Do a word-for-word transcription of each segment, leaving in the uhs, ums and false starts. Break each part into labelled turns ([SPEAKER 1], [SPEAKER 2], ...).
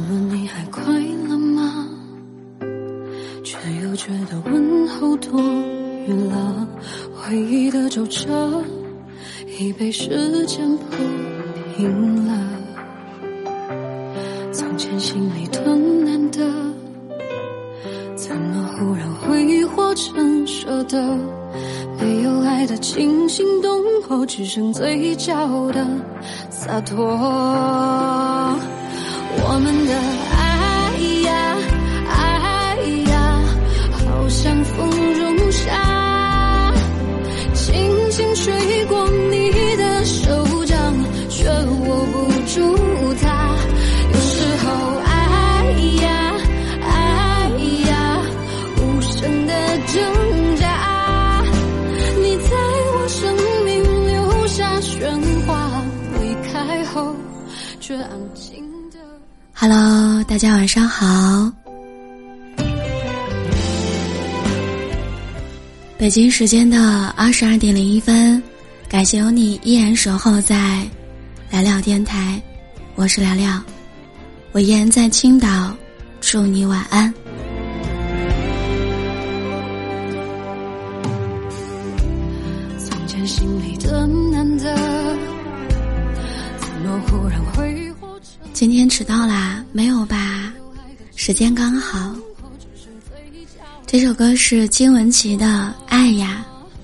[SPEAKER 1] 问你还快乐吗？却又觉得问候多余了。回忆的皱褶已被时间铺平了。从前心里吞难的，怎么忽然挥霍成舍得？没有爱的惊心动魄，只剩嘴角的洒脱。我们的爱呀爱呀，好像风中沙，轻轻吹过你的手掌，却握不住它。有时候爱呀爱呀，无声的挣扎，你在我生命留下喧哗，离开后却安静的。
[SPEAKER 2] Hello， 大家晚上好。北京时间的二十二点零一分，感谢有你依然守候在聊聊电台，我是聊聊，我依然在青岛，祝你晚安。
[SPEAKER 1] 从前心里的难得，怎么忽然挥霍成。
[SPEAKER 2] 今天迟到啦？没有吧，时间刚好。这首歌是金玟岐的《爱呀》。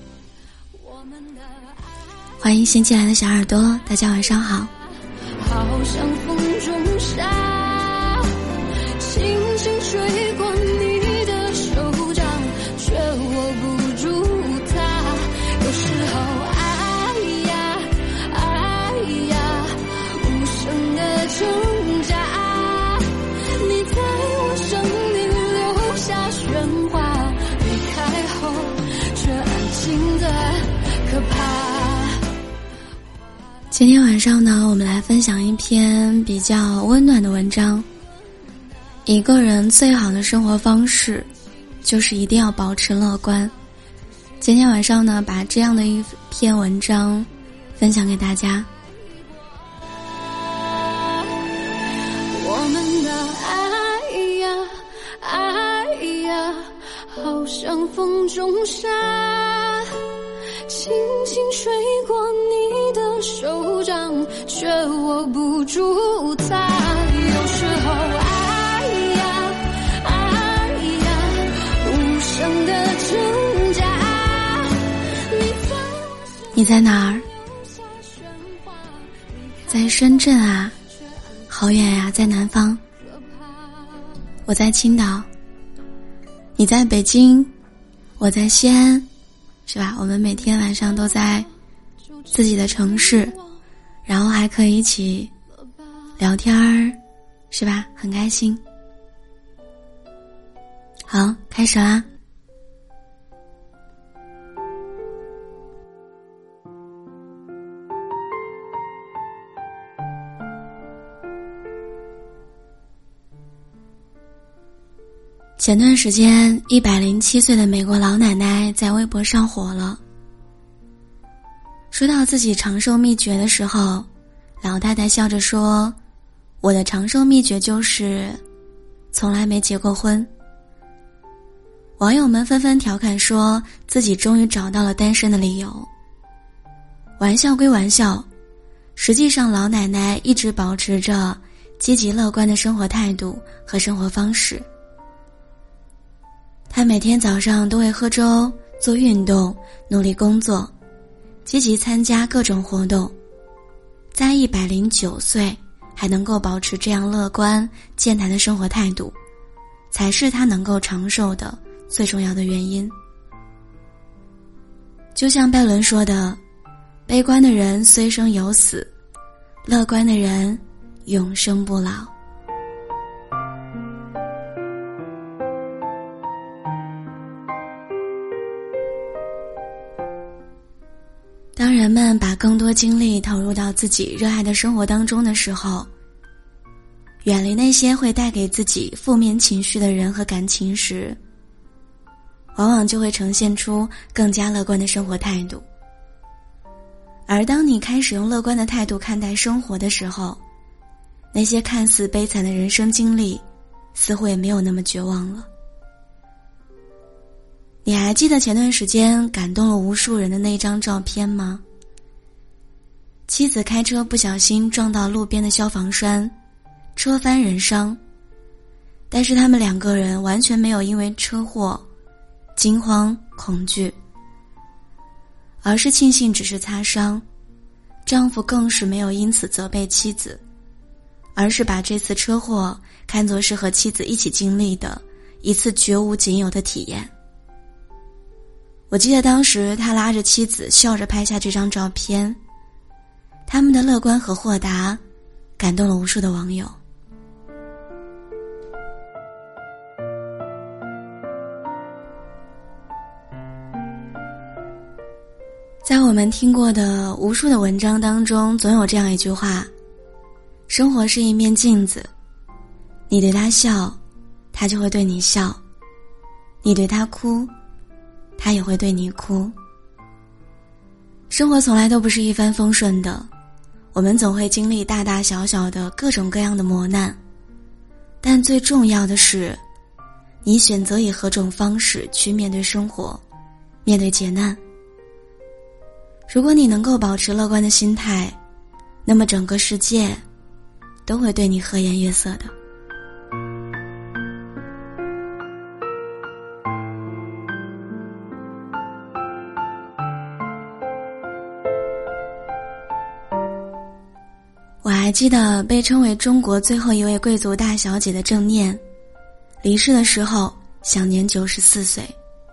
[SPEAKER 2] 欢迎新进来的小耳朵，大家晚上好。
[SPEAKER 1] 好像风中沙，轻轻吹过你的手掌，却握不住它。有时候爱呀爱呀，无声的挣扎，你在我生命留下喧哗，离开后却安静的可怕。
[SPEAKER 2] 今天晚上呢，我们来分享一篇比较温暖的文章。一个人最好的生活方式，就是一定要保持乐观。今天晚上呢，把这样的一篇文章分享给大家。
[SPEAKER 1] 我们的爱呀爱呀，好像风中沙，轻轻吹过你的手掌，却握不住它。有时候爱呀爱呀，无声的挣扎，你在
[SPEAKER 2] 你在哪儿？在深圳啊，好远呀，在南方。我在青岛，你在北京，我在西安，是吧？我们每天晚上都在自己的城市，然后还可以一起聊天儿，是吧？很开心。好，开始啦。前段时间，一百零七岁的美国老奶奶在微博上火了。说到自己长寿秘诀的时候，老太太笑着说：“我的长寿秘诀就是从来没结过婚。”网友们纷纷调侃说自己终于找到了单身的理由。玩笑归玩笑，实际上老奶奶一直保持着积极乐观的生活态度和生活方式。她每天早上都会喝粥、做运动、努力工作，积极参加各种活动。在一百零九岁还能够保持这样乐观健谈的生活态度，才是她能够长寿的最重要的原因。就像拜伦说的，悲观的人虽生有死，乐观的人永生不老。当人们把更多精力投入到自己热爱的生活当中的时候，远离那些会带给自己负面情绪的人和感情时，往往就会呈现出更加乐观的生活态度。而当你开始用乐观的态度看待生活的时候， 那些看似悲惨的人生经历，似乎也没有那么绝望了。你还记得前段时间感动了无数人的那张照片吗？妻子开车不小心撞到路边的消防栓，车翻人伤，但是他们两个人完全没有因为车祸惊慌恐惧，而是庆幸只是擦伤。丈夫更是没有因此责备妻子，而是把这次车祸看作是和妻子一起经历的一次绝无仅有的体验。我记得当时他拉着妻子笑着拍下这张照片，他们的乐观和豁达感动了无数的网友。在我们听过的无数的文章当中，总有这样一句话：生活是一面镜子，你对他笑，他就会对你笑；你对他哭，他也会对你哭。生活从来都不是一帆风顺的，我们总会经历大大小小的各种各样的磨难，但最重要的是，你选择以何种方式去面对生活，面对劫难。如果你能够保持乐观的心态，那么整个世界都会对你和颜悦色的。我还记得被称为中国最后一位贵族大小姐的郑念，离世的时候享年九十四岁。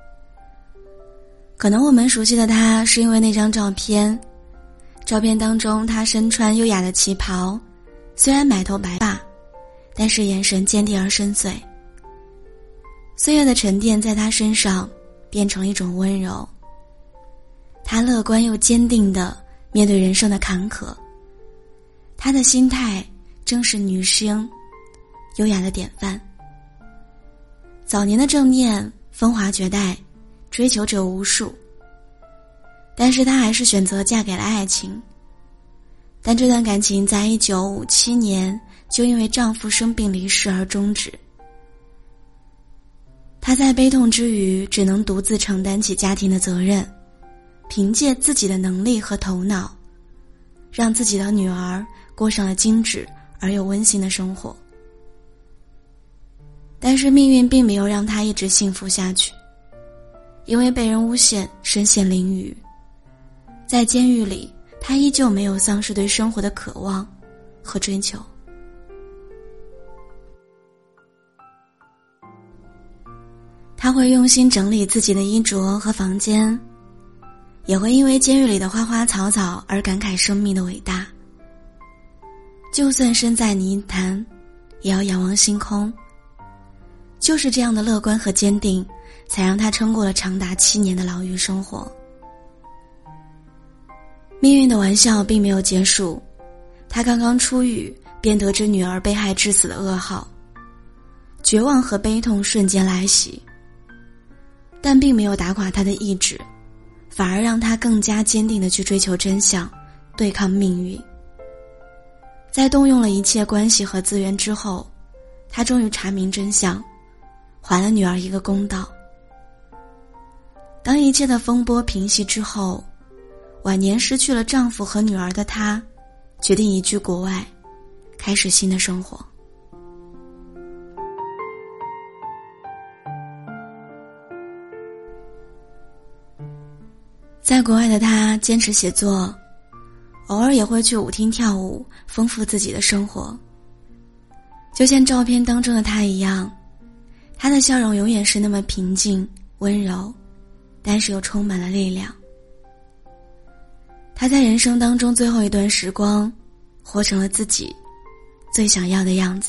[SPEAKER 2] 可能我们熟悉的她是因为那张照片，照片当中她身穿优雅的旗袍，虽然满头白发，但是眼神坚定而深邃。岁月的沉淀在她身上变成了一种温柔，她乐观又坚定地面对人生的坎坷，她的心态正是女生优雅的典范。早年的郑念风华绝代，追求者无数，但是她还是选择嫁给了爱情。但这段感情在一九五七年就因为丈夫生病离世而终止。她在悲痛之余只能独自承担起家庭的责任，凭借自己的能力和头脑，让自己的女儿过上了精致而又温馨的生活。但是命运并没有让她一直幸福下去，因为被人诬陷，身陷囹圄。在监狱里，她依旧没有丧失对生活的渴望和追求。她会用心整理自己的衣着和房间，也会因为监狱里的花花草草而感慨生命的伟大。就算身在泥潭，也要仰望星空。就是这样的乐观和坚定，才让她撑过了长达七年的牢狱生活。命运的玩笑并没有结束，她刚刚出狱，便得知女儿被害致死的噩耗，绝望和悲痛瞬间来袭，但并没有打垮她的意志，反而让她更加坚定地去追求真相，对抗命运。在动用了一切关系和资源之后，她终于查明真相，还了女儿一个公道。当一切的风波平息之后，晚年失去了丈夫和女儿的她，决定移居国外，开始新的生活。在国外的她坚持写作，偶尔也会去舞厅跳舞，丰富自己的生活。就像照片当中的她一样，她的笑容永远是那么平静温柔，但是又充满了力量。她在人生当中最后一段时光，活成了自己最想要的样子。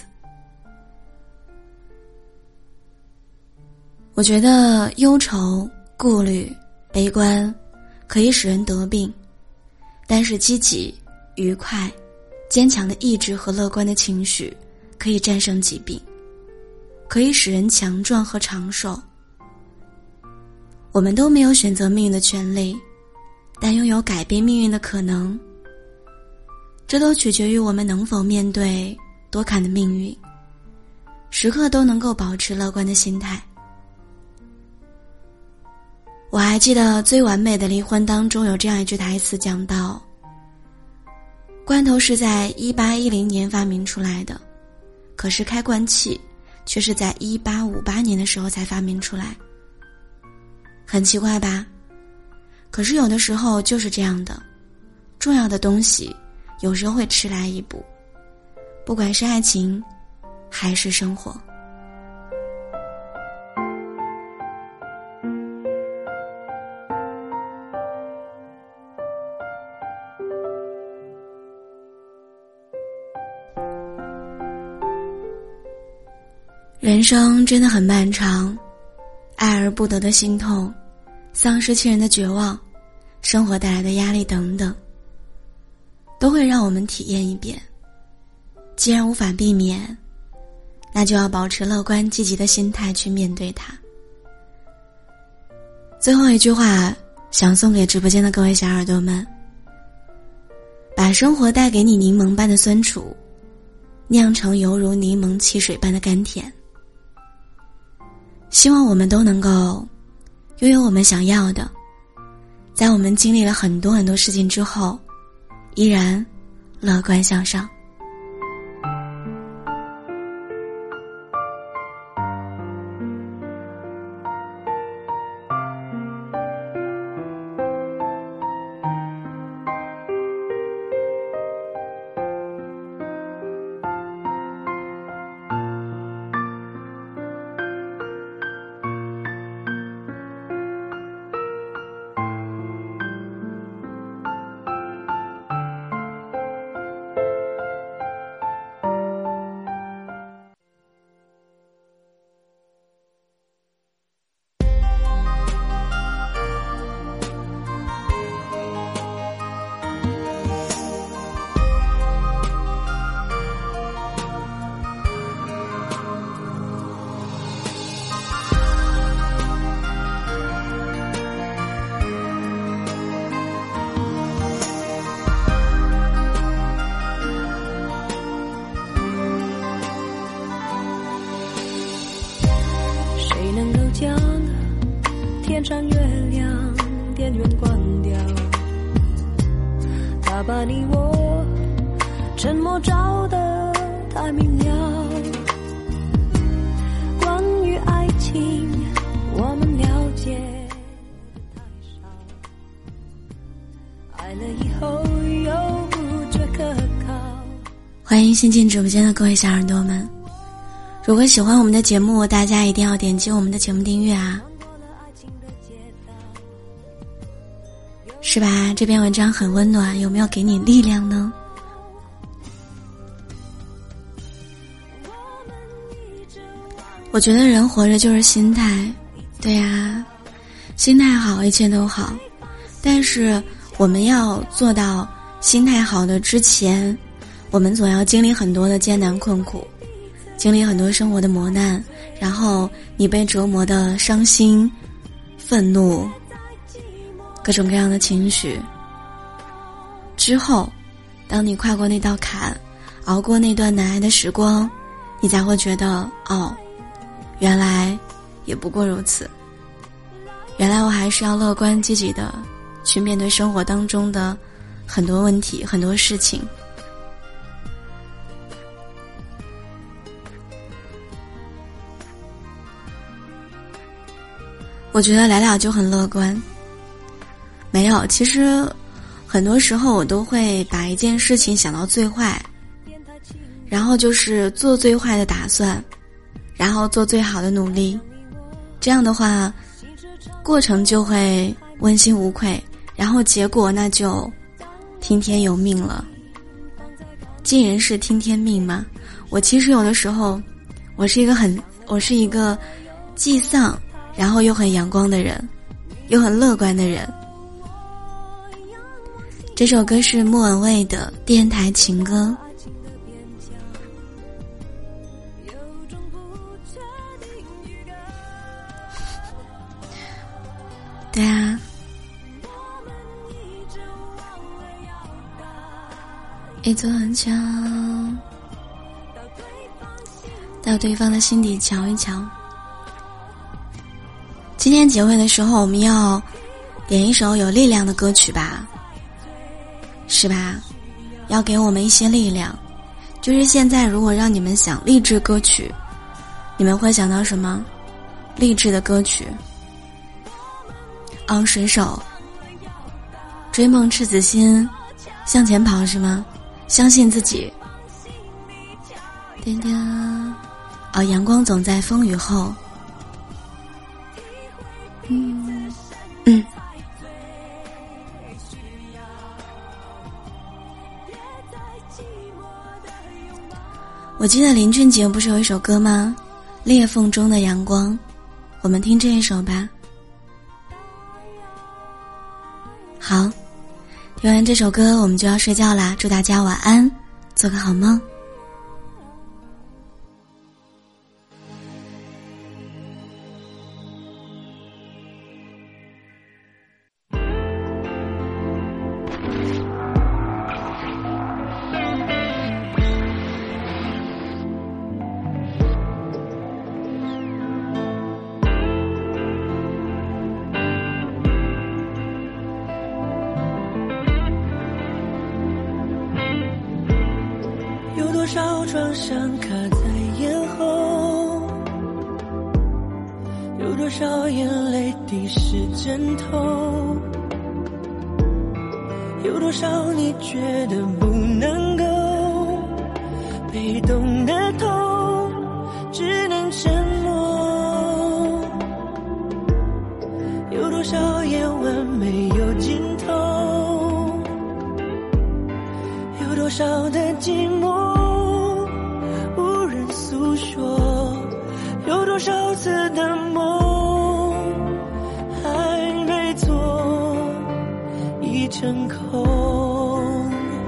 [SPEAKER 2] 我觉得忧愁、顾虑、悲观可以使人得病，但是积极、愉快、坚强的意志和乐观的情绪可以战胜疾病，可以使人强壮和长寿。我们都没有选择命运的权利，但拥有改变命运的可能。这都取决于我们能否面对多坎的命运，时刻都能够保持乐观的心态。我还记得《最完美的离婚》当中有这样一句台词讲到，罐头是在一八一零年发明出来的，可是开罐器却是在一八五八年的时候才发明出来。很奇怪吧？可是有的时候就是这样的，重要的东西有时候会迟来一步，不管是爱情还是生活。人生真的很漫长，爱而不得的心痛，丧失亲人的绝望，生活带来的压力等等，都会让我们体验一遍。既然无法避免，那就要保持乐观积极的心态去面对它。最后一句话想送给直播间的各位小耳朵们，把生活带给你柠檬般的酸楚，酿成犹如柠檬汽水般的甘甜。希望我们都能够拥有我们想要的，在我们经历了很多很多事情之后，依然乐观向上。
[SPEAKER 1] 将天上月亮电源关掉，他把你我沉默照得太明了。关于爱情我们了解太少，爱了以后又不觉可靠。
[SPEAKER 2] 欢迎新进直播间的各位小耳朵们，如果喜欢我们的节目，大家一定要点击我们的节目订阅啊，是吧？这篇文章很温暖，有没有给你力量呢？我觉得人活着就是心态，对呀，心态好一切都好，但是我们要做到心态好的之前，我们总要经历很多的艰难困苦，经历很多生活的磨难，然后你被折磨的伤心、愤怒，各种各样的情绪之后，当你跨过那道坎，熬过那段难挨的时光，你才会觉得，哦，原来也不过如此，原来我还是要乐观积极的去面对生活当中的很多问题、很多事情。我觉得来了就很乐观。没有，其实很多时候我都会把一件事情想到最坏，然后就是做最坏的打算，然后做最好的努力，这样的话过程就会问心无愧，然后结果那就听天由命了。尽人事听天命嘛。我其实有的时候我是一个很我是一个既丧然后又很阳光的人，又很乐观的人。这首歌是莫文蔚的《电台情歌》。对啊，一座很强。 到对方的心底瞧一瞧。今天结尾的时候，我们要点一首有力量的歌曲吧，是吧？要给我们一些力量。就是现在如果让你们想励志歌曲，你们会想到什么？励志的歌曲，昂水手，追梦赤子心，向前跑是吗？相信自己。叮叮，哦，阳光总在风雨后。嗯嗯。我记得林俊杰不是有一首歌吗？裂缝中的阳光，我们听这一首吧。好，听完这首歌我们就要睡觉啦，祝大家晚安，做个好梦。
[SPEAKER 3] 多少创伤卡在咽喉，有多少眼泪滴湿枕头，有多少你觉得不能够，被动的痛只能沉默，有多少夜晚没有尽头，有多少的寂寞诉说，有多少次的梦还没做已成空，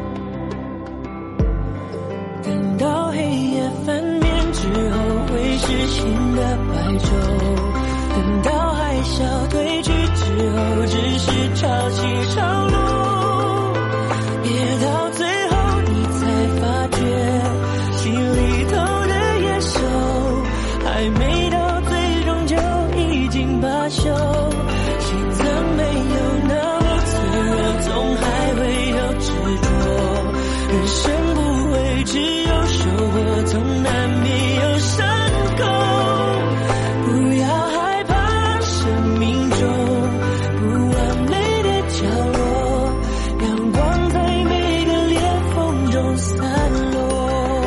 [SPEAKER 3] 等到黑夜翻面之后会是新的白昼，等到海啸退去之后只是潮起潮落，别到最后你才发觉心里头还没到最终就已经罢休，心脏没有那么脆弱，总还会有执着，人生不会只有收获，总难免有伤口，不要害怕生命中不完美的角落，阳光在每个裂缝中散落。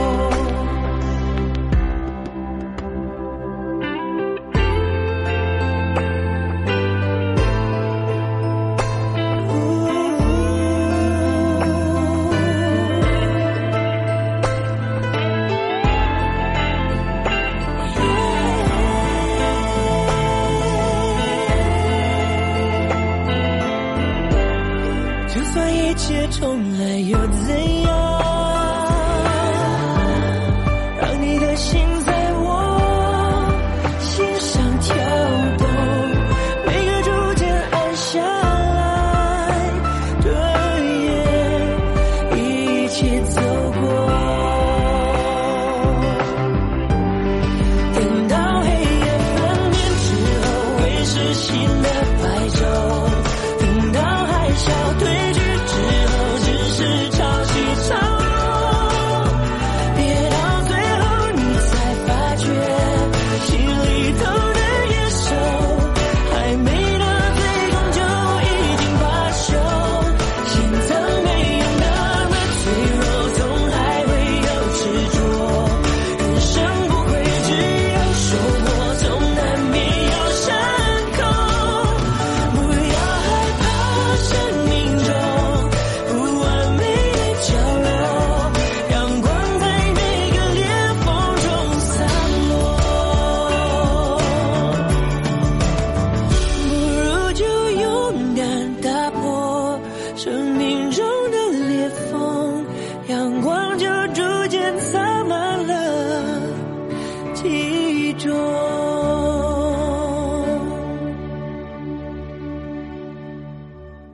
[SPEAKER 3] 一切重来又怎样，让你的心在我心上跳动，每个逐渐安下来的夜一起走过，等到黑夜翻面之后会是新的白昼，等到海啸退去是潮起潮落，别到最后你才发觉心里头的野兽还没到最终就已经罢休，心脏没有那么脆弱，总还会有执着，人生不会只有收获，总难免有伤口，不要害怕生命中不完美角落，阳光在每个裂缝中散落，不如就勇敢打破生命中的裂缝，阳光就逐渐洒满了其中。